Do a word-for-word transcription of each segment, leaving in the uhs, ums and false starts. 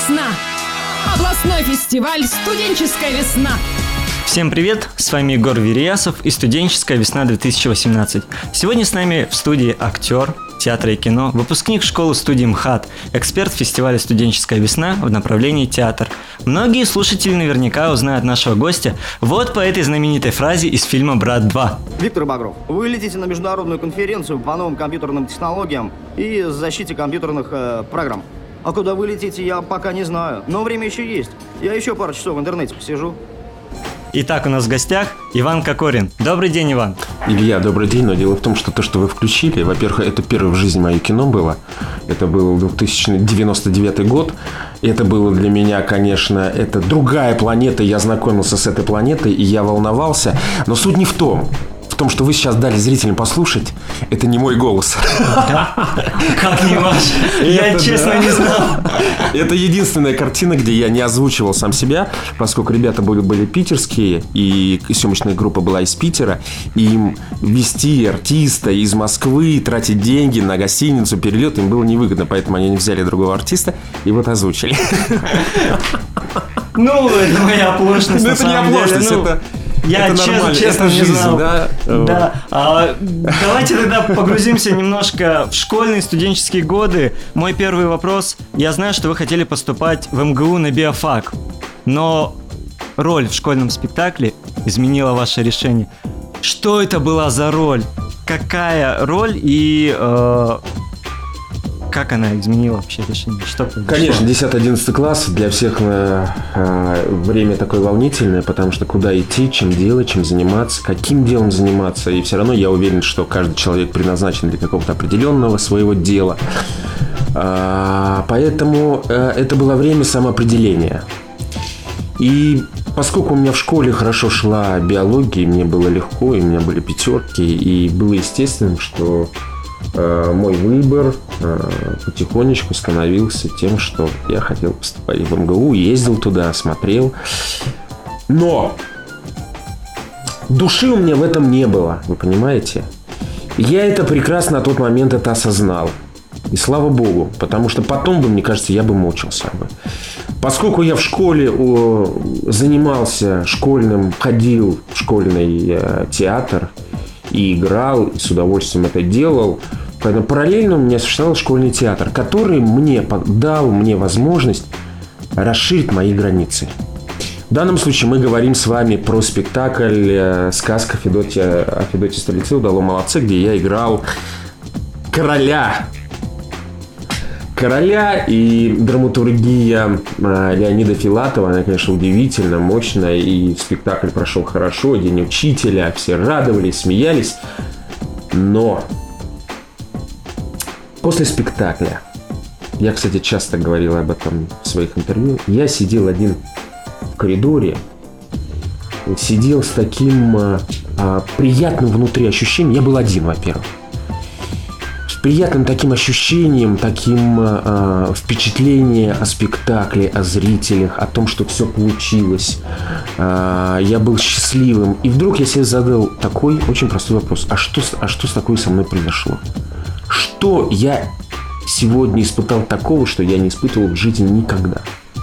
весна. Областной фестиваль «Студенческая весна». Всем привет, с вами Егор Вериясов и «Студенческая весна-две тысячи восемнадцать». Сегодня с нами в студии актер театра и кино, выпускник школы-студии МХАТ, эксперт фестиваля «Студенческая весна» в направлении театр. Многие слушатели наверняка узнают нашего гостя вот по этой знаменитой фразе из фильма «Брат два». Виктор Багров, вы летите на международную конференцию по новым компьютерным технологиям и защите компьютерных э, программ. А куда вы летите, я пока не знаю, но время еще есть. Я еще пару часов в интернете посижу. Итак, у нас в гостях Иван Кокорин. Добрый день, Иван. Илья, добрый день. Но дело в том, что то, что вы включили, во-первых, это первое в жизни мое кино было. Это был две тысячи девяносто девятый год. Это было для меня, конечно, это другая планета. Я знакомился с этой планетой, и я волновался. Но суть не в том. В том, что вы сейчас дали зрителям послушать, это не мой голос. Как не ваш? Я честно не знал. Это единственная картина, где я не озвучивал сам себя, поскольку ребята были, были питерские, и съемочная группа была из Питера, и им вести артиста из Москвы, тратить деньги на гостиницу, перелет им было невыгодно, поэтому они не взяли другого артиста и вот озвучили. Ну, это моя оплошность, на самом деле. Это не оплошность, это... Я это честно, нормально, честно это не жизнь, знал. Да? Да. А, давайте тогда погрузимся немножко в школьные студенческие годы. Мой первый вопрос. Я знаю, что вы хотели поступать в МГУ на биофак, но роль в школьном спектакле изменила ваше решение. Что это была за роль? Какая роль и... Э, как она изменила вообще решение? Что произошло? Конечно, десятый-одиннадцатый класс для всех э, время такое волнительное, потому что куда идти, чем делать, чем заниматься, каким делом заниматься. И все равно я уверен, что каждый человек предназначен для какого-то определенного своего дела. А, поэтому э, это было время самоопределения. И поскольку у меня в школе хорошо шла биология, мне было легко, и у меня были пятерки, и было естественным, что мой выбор потихонечку становился тем, что я хотел поступать в МГУ, ездил туда, смотрел. Но души у меня в этом не было, вы понимаете? Я это прекрасно на тот момент это осознал. И слава богу, потому что потом бы, мне кажется, я бы мучился бы. Поскольку я в школе о, занимался школьным, ходил в школьный э, театр, и играл, и с удовольствием это делал. Поэтому параллельно у меня существовал школьный театр, который мне дал мне возможность расширить мои границы. В данном случае мы говорим с вами про спектакль «Сказка Федотия, о Федоте Стрельце «Удало молодце», где я играл короля. Короля, и драматургия Леонида Филатова, она, конечно, удивительно, мощная, и спектакль прошел хорошо, День учителя, все радовались, смеялись. Но после спектакля, я, кстати, часто говорил об этом в своих интервью, я сидел один в коридоре, сидел с таким а, приятным внутри ощущением, я был один, во-первых. Приятным таким ощущением, таким э, впечатлением о спектакле, о зрителях, о том, что все получилось. Э, я был счастливым. И вдруг я себе задал такой очень простой вопрос. А что, а что с такой со мной произошло? Что я сегодня испытал такого, что я не испытывал в жизни никогда?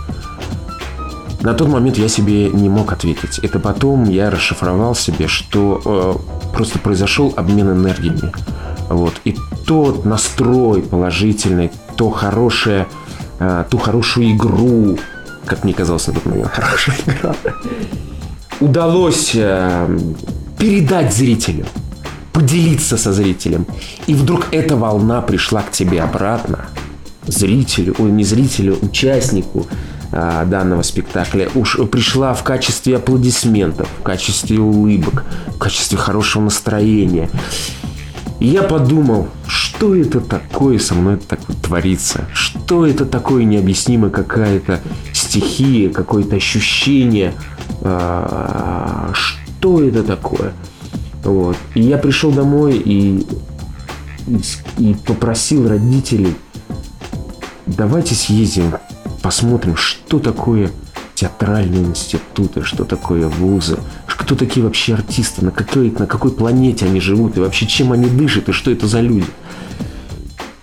На тот момент я себе не мог ответить. Это потом я расшифровал себе, что э, просто произошел обмен энергиями. Вот. И тот настрой положительный, то хорошее, э, ту хорошую игру, как мне казалось на тот момент, хорошая игра, удалось э, передать зрителю, поделиться со зрителем. И вдруг эта волна пришла к тебе обратно, зрителю, ой, не зрителю, участнику э, данного спектакля, уж пришла в качестве аплодисментов, в качестве улыбок, в качестве хорошего настроения. И я подумал, что это такое со мной так вот творится? Что это такое необъяснимое, какая-то стихия, какое-то ощущение? А, что это такое? Вот. И я пришел домой и, и, и попросил родителей, давайте съездим, посмотрим, что такое театральные институты, что такое вузы, кто такие вообще артисты, на какой, на какой планете они живут, и вообще чем они дышат, и что это за люди.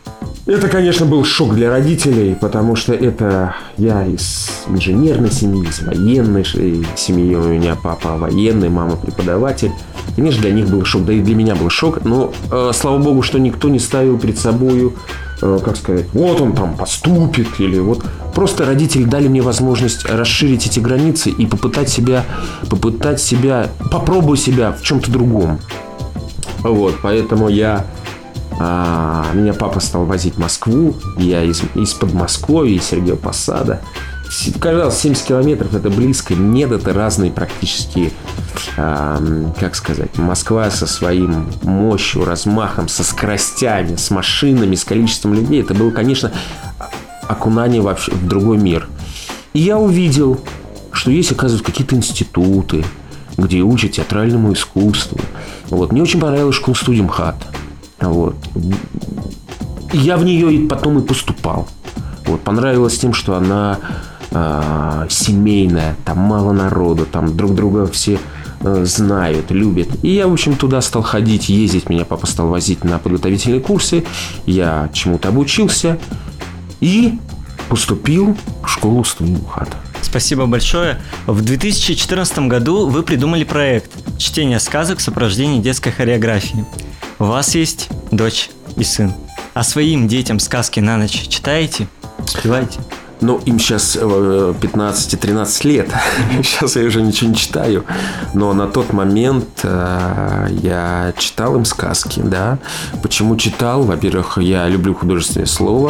Это, конечно, был шок для родителей, потому что это я из инженерной семьи, из военной семьи. У меня папа военный, мама преподаватель. Конечно, для них был шок, да и для меня был шок. Но, э, слава богу, что никто не ставил перед собой, э, как сказать, вот он там поступит. Или вот просто родители дали мне возможность расширить эти границы и попытать себя, попытать себя, попробую себя в чем-то другом. Вот, поэтому я... А, меня папа стал возить в Москву. Я из, из Подмосковья, из Сергеева Посада. Казалось, семьдесят километров это близко. Нет, это разные практически, а, как сказать, Москва со своим мощью, размахом, со скоростями, с машинами, с количеством людей. Это было, конечно, окунание вообще в другой мир. И я увидел, что есть, оказывается, какие-то институты, где учат театральному искусству. Вот. Мне очень понравилась школа-студия МХАТ. Вот. Я в нее и потом и поступал. Вот. Понравилось тем, что она э, семейная, там мало народу, там друг друга все э, знают, любят. И я, в общем, туда стал ходить, ездить. Меня папа стал возить на подготовительные курсы. Я чему-то обучился и поступил в школу-студию МХАТ. Спасибо большое. В две тысячи четырнадцатом году вы придумали проект «Чтение сказок в сопровождении детской хореографии». У вас есть дочь и сын. А своим детям сказки на ночь читаете? Успеваете? Ну, им сейчас пятнадцать-тринадцать лет. Сейчас я уже ничего не читаю. Но на тот момент э, я читал им сказки, да. Почему читал? Во-первых, я люблю художественное слово.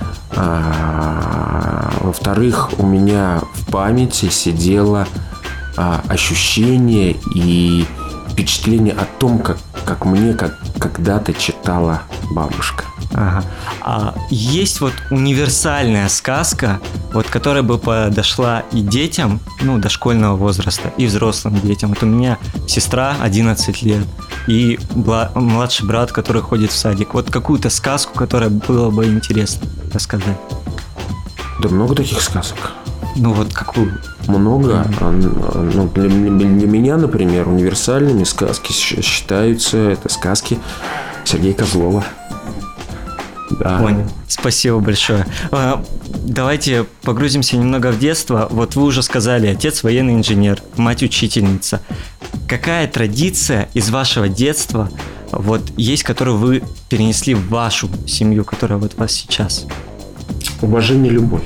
А, во-вторых, у меня в памяти сидело а, ощущение и впечатление о том, как, как мне как, когда-то читала бабушка. Ага. А есть вот универсальная сказка, вот, которая бы подошла и детям, ну, дошкольного возраста, и взрослым детям. Вот у меня сестра одиннадцать лет и бла- младший брат, который ходит в садик. Вот какую-то сказку, которая было бы интересно рассказать. Да много таких сказок. Ну вот какую? Много. Ну, для, для меня, например, универсальными сказки считаются это сказки Сергея Козлова. Да. Понял. Спасибо большое. Давайте погрузимся немного в детство. Вот вы уже сказали, отец военный инженер, мать учительница. Какая традиция из вашего детства вот есть, которую вы перенесли в вашу семью, которая вот у вас сейчас? Уважение, любовь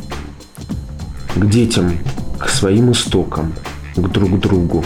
к детям, к своим истокам, к друг другу.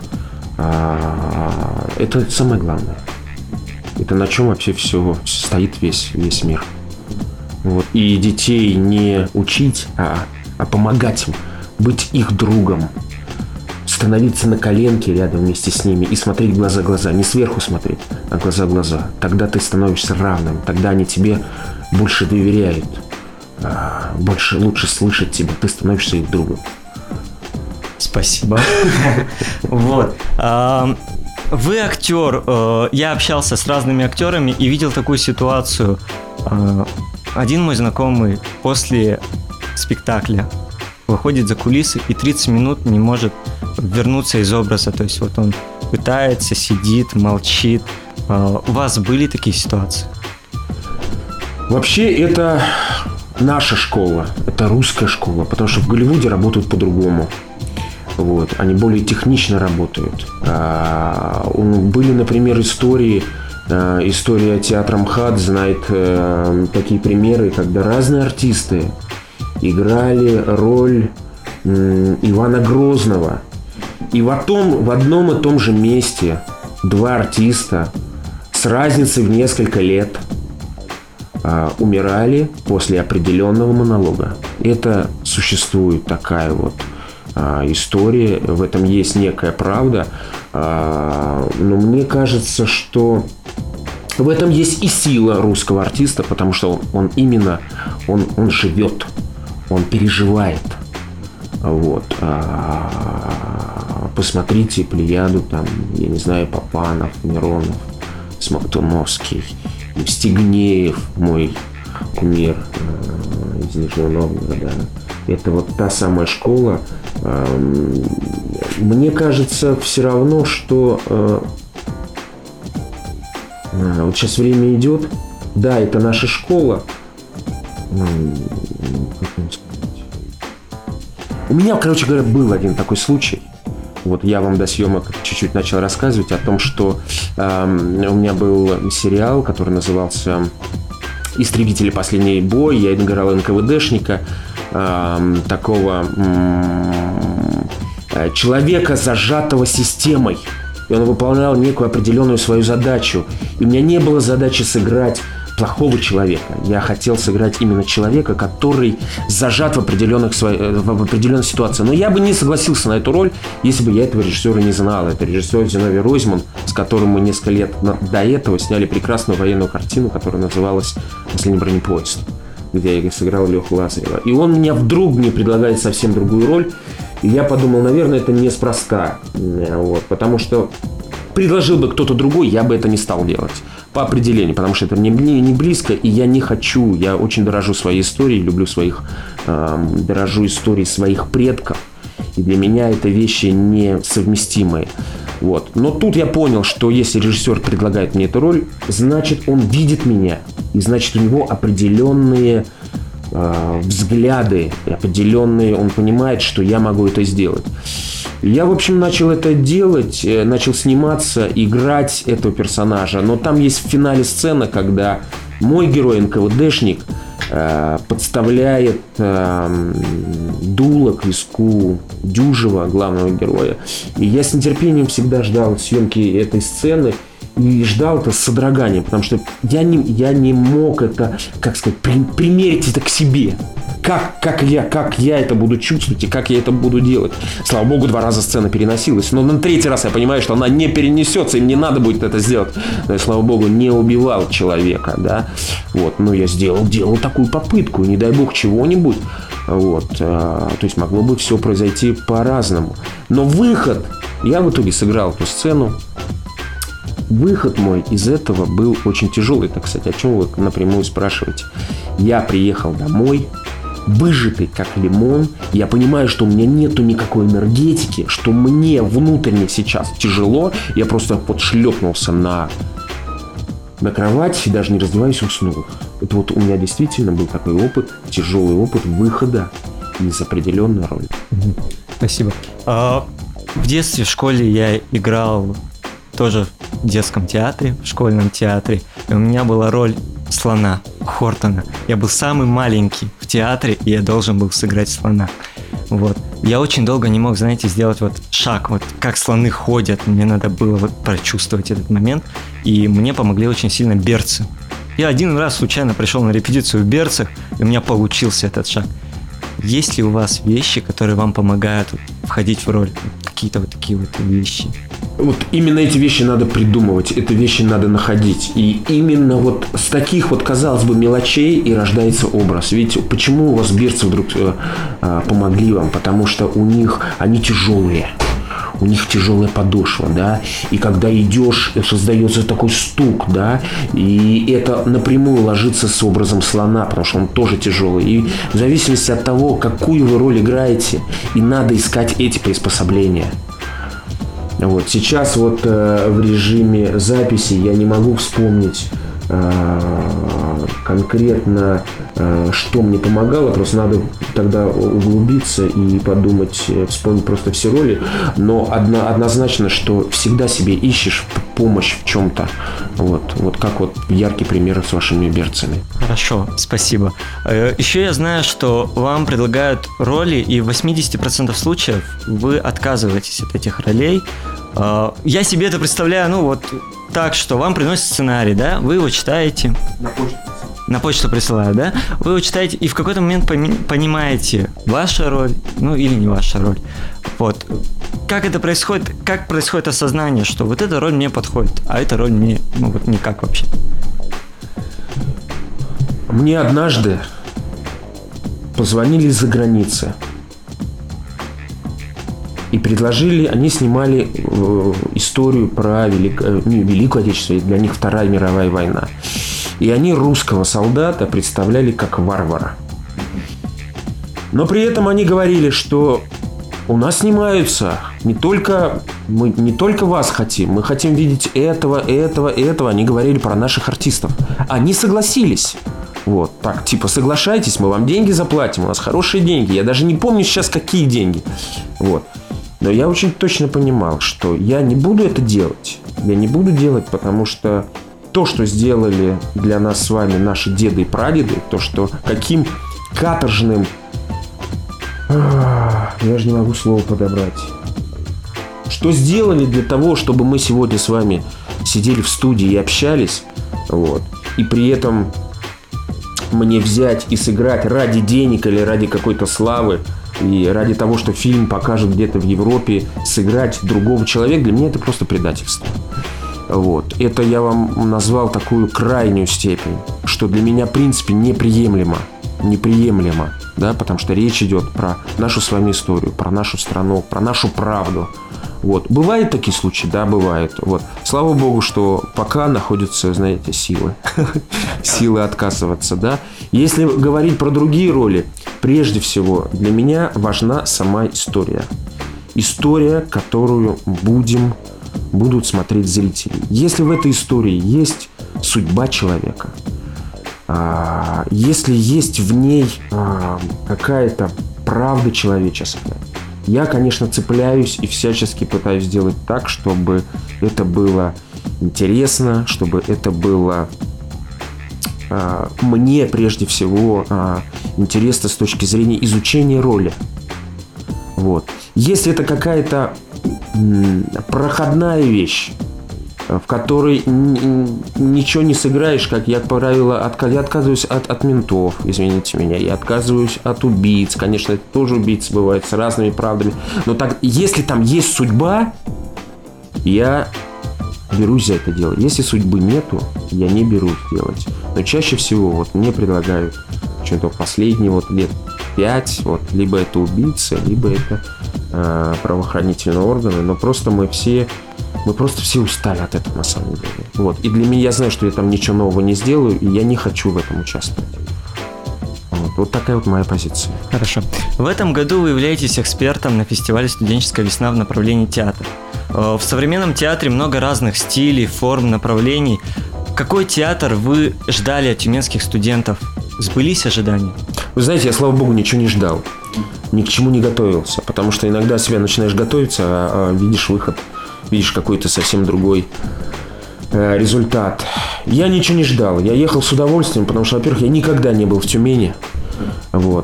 Это самое главное. Это на чем вообще все стоит весь, весь мир. Вот. И детей не учить, а, а помогать им, быть их другом, становиться на коленке рядом вместе с ними и смотреть глаза в глаза, не сверху смотреть, а глаза в глаза. Тогда ты становишься равным, тогда они тебе больше доверяют, больше, лучше слышат тебя, ты становишься их другом. Спасибо. Вот. Вы актер. Я общался с разными актерами и видел такую ситуацию. Один мой знакомый после спектакля выходит за кулисы и тридцать минут не может вернуться из образа. То есть вот он пытается, сидит, молчит. У вас были такие ситуации? Вообще это наша школа, это русская школа, потому что в Голливуде работают по-другому. Вот, они более технично работают. А, были, например, истории, а, история театра МХАТ знает а, такие примеры, когда разные артисты играли роль м, Ивана Грозного. И в, том, в одном и том же месте два артиста с разницей в несколько лет а, умирали после определенного монолога. Это существует такая вот история, в этом есть некая правда, но мне кажется, что в этом есть и сила русского артиста, потому что он, он именно, он, он живет, он переживает. Вот. Посмотрите Плеяду, там, я не знаю, Папанов, Миронов, Смоктуновский, Стегнеев, мой кумир из Нижнего Новгорода. Это вот та самая школа. Мне кажется, все равно, что вот сейчас время идет, да, это наша школа. Как вам сказать? У меня, короче говоря, был один такой случай. Вот я вам до съемок чуть-чуть начал рассказывать о том, что э, у меня был сериал, который назывался «Истребители. Последний бой». Я играл эн ка вэ дэшника, э, такого э, человека, зажатого системой. И он выполнял некую определенную свою задачу. И у меня не было задачи сыграть плохого человека. Я хотел сыграть именно человека, который зажат в определенных, в определенной ситуации. Но я бы не согласился на эту роль, если бы я этого режиссера не знал. Это режиссер Зиновий Ройзман, с которым мы несколько лет до этого сняли прекрасную военную картину, которая называлась «Последний бронепоезд», где я сыграл Леху Лазарева. И он мне вдруг мне предлагает совсем другую роль. И я подумал, наверное, это неспроста. Вот, потому что предложил бы кто-то другой, я бы это не стал делать. По определению, потому что это мне не, не близко, и я не хочу. Я очень дорожу своей историей, люблю своих, э, дорожу историей своих предков. И для меня это вещи несовместимые. Вот. Но тут я понял, что если режиссер предлагает мне эту роль, значит, он видит меня. И значит, у него определенные э, взгляды, определенные, он понимает, что я могу это сделать. Я, в общем, начал это делать, начал сниматься, играть этого персонажа. Но там есть в финале сцена, когда мой герой, эн ка вэ дэшник, э, подставляет э, дуло к виску Дюжева, главного героя. И я с нетерпением всегда ждал съемки этой сцены. И ждал это с содроганием, потому что я не, я не мог это, как сказать, при, примерить это к себе. Как, как, я, как я это буду чувствовать и как я это буду делать. Слава богу, два раза сцена переносилась. Но на третий раз я понимаю, что она не перенесется, и мне надо будет это сделать. Но я, слава богу, не убивал человека, да. Вот, но я сделал, делал такую попытку, не дай бог чего-нибудь. Вот, а, то есть могло бы все произойти по-разному. Но выход, я в итоге сыграл эту сцену. Выход мой из этого был очень тяжелый. Так, кстати, о чем вы напрямую спрашиваете? Я приехал домой, выжатый как лимон. Я понимаю, что у меня нету никакой энергетики, что мне внутренне сейчас тяжело. Я просто вот шлепнулся на, на кровать и даже не раздеваясь уснул. Это вот у меня действительно был такой опыт, тяжелый опыт выхода из определенной роли. Спасибо. А, в детстве, в школе я играл тоже в детском театре, в школьном театре. И у меня была роль слона Хортона. Я был самый маленький в театре, и я должен был сыграть слона. Вот. Я очень долго не мог, знаете, сделать вот шаг, вот как слоны ходят. Мне надо было вот прочувствовать этот момент. И мне помогли очень сильно берцы. Я один раз случайно пришел на репетицию в берцах, и у меня получился этот шаг. Есть ли у вас вещи, которые вам помогают входить в роль? Какие-то вот такие вот вещи? Вот именно эти вещи надо придумывать, эти вещи надо находить. И именно вот с таких вот, казалось бы, мелочей и рождается образ. Ведь почему у вас берцы вдруг э, э, помогли вам? Потому что у них, они тяжелые. У них тяжелая подошва, да, и когда идешь, создается такой стук, да, и это напрямую ложится с образом слона, потому что он тоже тяжелый. И в зависимости от того, какую вы роль играете, и надо искать эти приспособления. Вот сейчас вот э, в режиме записи я не могу вспомнить э, конкретно, э, что мне помогало, просто надо тогда углубиться и подумать, вспомнить просто все роли, но одно, однозначно, что всегда себе ищешь помощь в чем-то, вот, вот как вот яркий пример с вашими берцами. Хорошо, спасибо. Еще я знаю, что вам предлагают роли, и в восемьдесят процентов случаев вы отказываетесь от этих ролей. Я себе это представляю, ну вот так, что вам приносят сценарий, да, вы его читаете. На почту. На почту присылают, да? Вы его читаете и в какой-то момент понимаете, ваша роль, ну или не ваша роль. Вот. Как это происходит, как происходит осознание, что вот эта роль мне подходит, а эта роль мне, ну вот никак вообще. Мне однажды позвонили из-за границы и предложили, они снимали э, историю про велик, э, не, Великую Отечественную, для них Вторая мировая война. И они русского солдата представляли как варвара. Но при этом они говорили, что у нас снимаются не только, мы не только вас хотим, мы хотим видеть этого, этого, этого. Они говорили про наших артистов. Они согласились. Вот, так, типа, соглашайтесь, мы вам деньги заплатим, у нас хорошие деньги. Я даже не помню сейчас, какие деньги. Вот. Но я очень точно понимал, что я не буду это делать. Я не буду делать, потому что то, что сделали для нас с вами наши деды и прадеды, то, что каким каторжным... Я же не могу слово подобрать. Что сделали для того, чтобы мы сегодня с вами сидели в студии и общались, вот, и при этом мне взять и сыграть ради денег или ради какой-то славы, и ради того, что фильм покажут где-то в Европе, сыграть другого человека, для меня это просто предательство. Вот. Это я вам назвал такую крайнюю степень, что для меня, в принципе, неприемлемо. Неприемлемо, да, потому что речь идет про нашу с вами историю, про нашу страну, про нашу правду. Вот. Бывают такие случаи? Да, бывают. Вот. Слава богу, что пока находятся, знаете, силы. Силы отказываться, да. Если говорить про другие роли, прежде всего, для меня важна сама история. История, которую будем... будут смотреть зрители. Если в этой истории есть судьба человека, а, если есть в ней а, какая-то правда человеческая, я, конечно, цепляюсь и всячески пытаюсь сделать так, чтобы это было интересно, чтобы это было а, мне, прежде всего, а, интересно с точки зрения изучения роли. Вот. Если это какая-то проходная вещь, в которой ничего не сыграешь, как я, как правило, отка- я отказываюсь от, от ментов, извините меня, я отказываюсь от убийц, конечно, это тоже убийцы бывают с разными правдами, но так, если там есть судьба, я берусь за это дело. Если судьбы нету, я не берусь делать. Но чаще всего вот мне предлагают что-то последние вот лет пять, вот, либо это убийцы, либо это э, правоохранительные органы, но просто мы все, мы просто все устали от этого на самом деле. Вот. И для меня, я знаю, что я там ничего нового не сделаю, и я не хочу в этом участвовать. Вот, вот такая вот моя позиция. Хорошо. В этом году вы являетесь экспертом на фестивале «Студенческая весна» в направлении театра. В современном театре много разных стилей, форм, направлений. Какой театр вы ждали от тюменских студентов? Сбылись ожидания? Вы знаете, я, слава богу, ничего не ждал. Ни к чему не готовился. Потому что иногда себя начинаешь готовиться, а, а видишь выход, видишь какой-то совсем другой э, результат. Я ничего не ждал. Я ехал с удовольствием, потому что, во-первых, я никогда не был в Тюмени. Вот.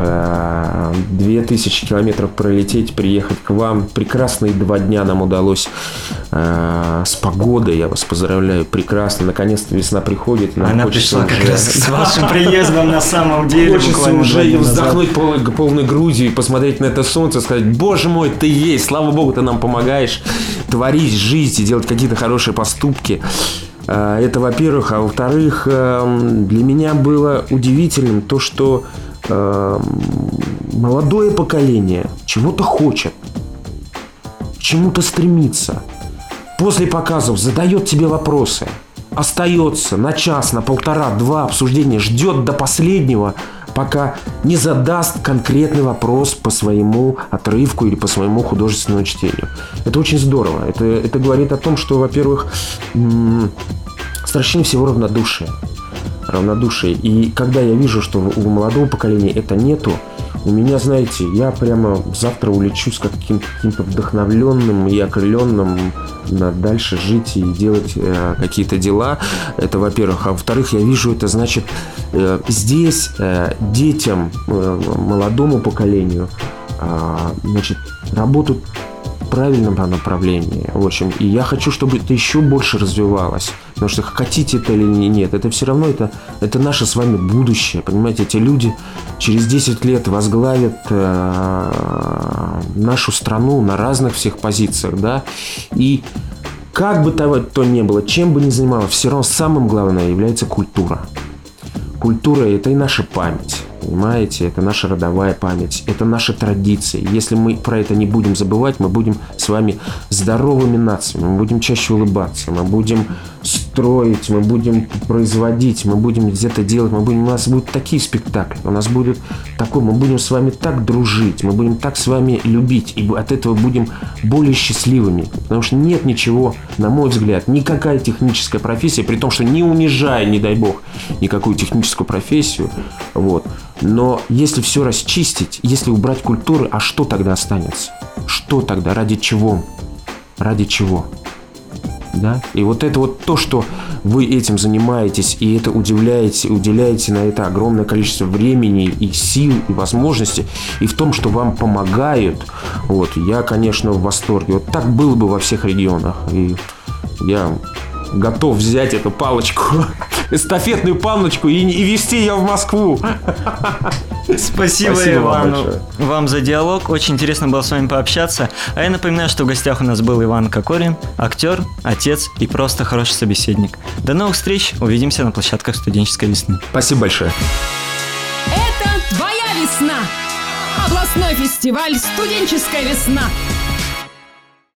Две тысячи километров пролететь, приехать к вам. Прекрасные два дня нам удалось э, с погодой. Я вас поздравляю, прекрасно. Наконец-то весна приходит. Нам Она пришла уже... как раз с вашим приездом на самом деле. Хочется уже и вздохнуть полной, полной грудью и посмотреть на это солнце, сказать: боже мой, ты есть, слава богу, ты нам помогаешь творить жизнь и делать какие-то хорошие поступки. Это, во-первых. А во-вторых, для меня было удивительным то, что молодое поколение чего-то хочет, к чему-то стремится. После показов задает тебе вопросы, остается на час, на полтора, два обсуждения, ждет до последнего, пока не задаст конкретный вопрос по своему отрывку или по своему художественному чтению. Это очень здорово. Это, это говорит о том, что, во-первых, м- страшнее всего равнодушие. Равнодушие. И когда я вижу, что у молодого поколения это нету, у меня, знаете, я прямо завтра улечу с каким-то, каким-то вдохновленным и окрыленным на дальше жить и делать э, какие-то дела. Это, во-первых. А во-вторых, я вижу это, значит, э, здесь э, детям, э, молодому поколению, э, значит, работают в правильном направлении. В общем, и я хочу, чтобы это еще больше развивалось. Потому что хотите это или нет, это все равно это, это наше с вами будущее. Понимаете, эти люди через десять лет возглавят э, нашу страну на разных всех позициях, да. И как бы того то ни было, чем бы ни занималось, все равно самым главным является культура. Культура – это и наша память, Понимаете, это наша родовая память, это наши традиции. Если мы про это не будем забывать, мы будем с вами здоровыми нациями, мы будем чаще улыбаться, мы будем строить, мы будем производить, мы будем где-то делать, мы будем, у нас будут такие спектакли, у нас будет такой, мы будем с вами так дружить, мы будем так с вами любить, и от этого будем более счастливыми. Потому что нет ничего, на мой взгляд, никакая техническая профессия, при том, что не унижая, не дай бог, никакую техническую профессию, вот. Но если все расчистить, если убрать культуры, а что тогда останется? Что тогда? Ради чего? Ради чего? Да? И вот это вот то, что вы этим занимаетесь, и это удивляете, уделяете на это огромное количество времени и сил, и возможностей, и в том, что вам помогают, вот, я, конечно, в восторге. Вот так было бы во всех регионах. И я готов взять эту палочку, эстафетную палочку, и, и вести ее в Москву. Спасибо, Спасибо Иван, вам, вам за диалог. Очень интересно было с вами пообщаться. А я напоминаю, что в гостях у нас был Иван Кокорин, актер, отец и просто хороший собеседник. До новых встреч. Увидимся на площадках студенческой весны. Спасибо большое. Это твоя весна. Областной фестиваль «Студенческая весна».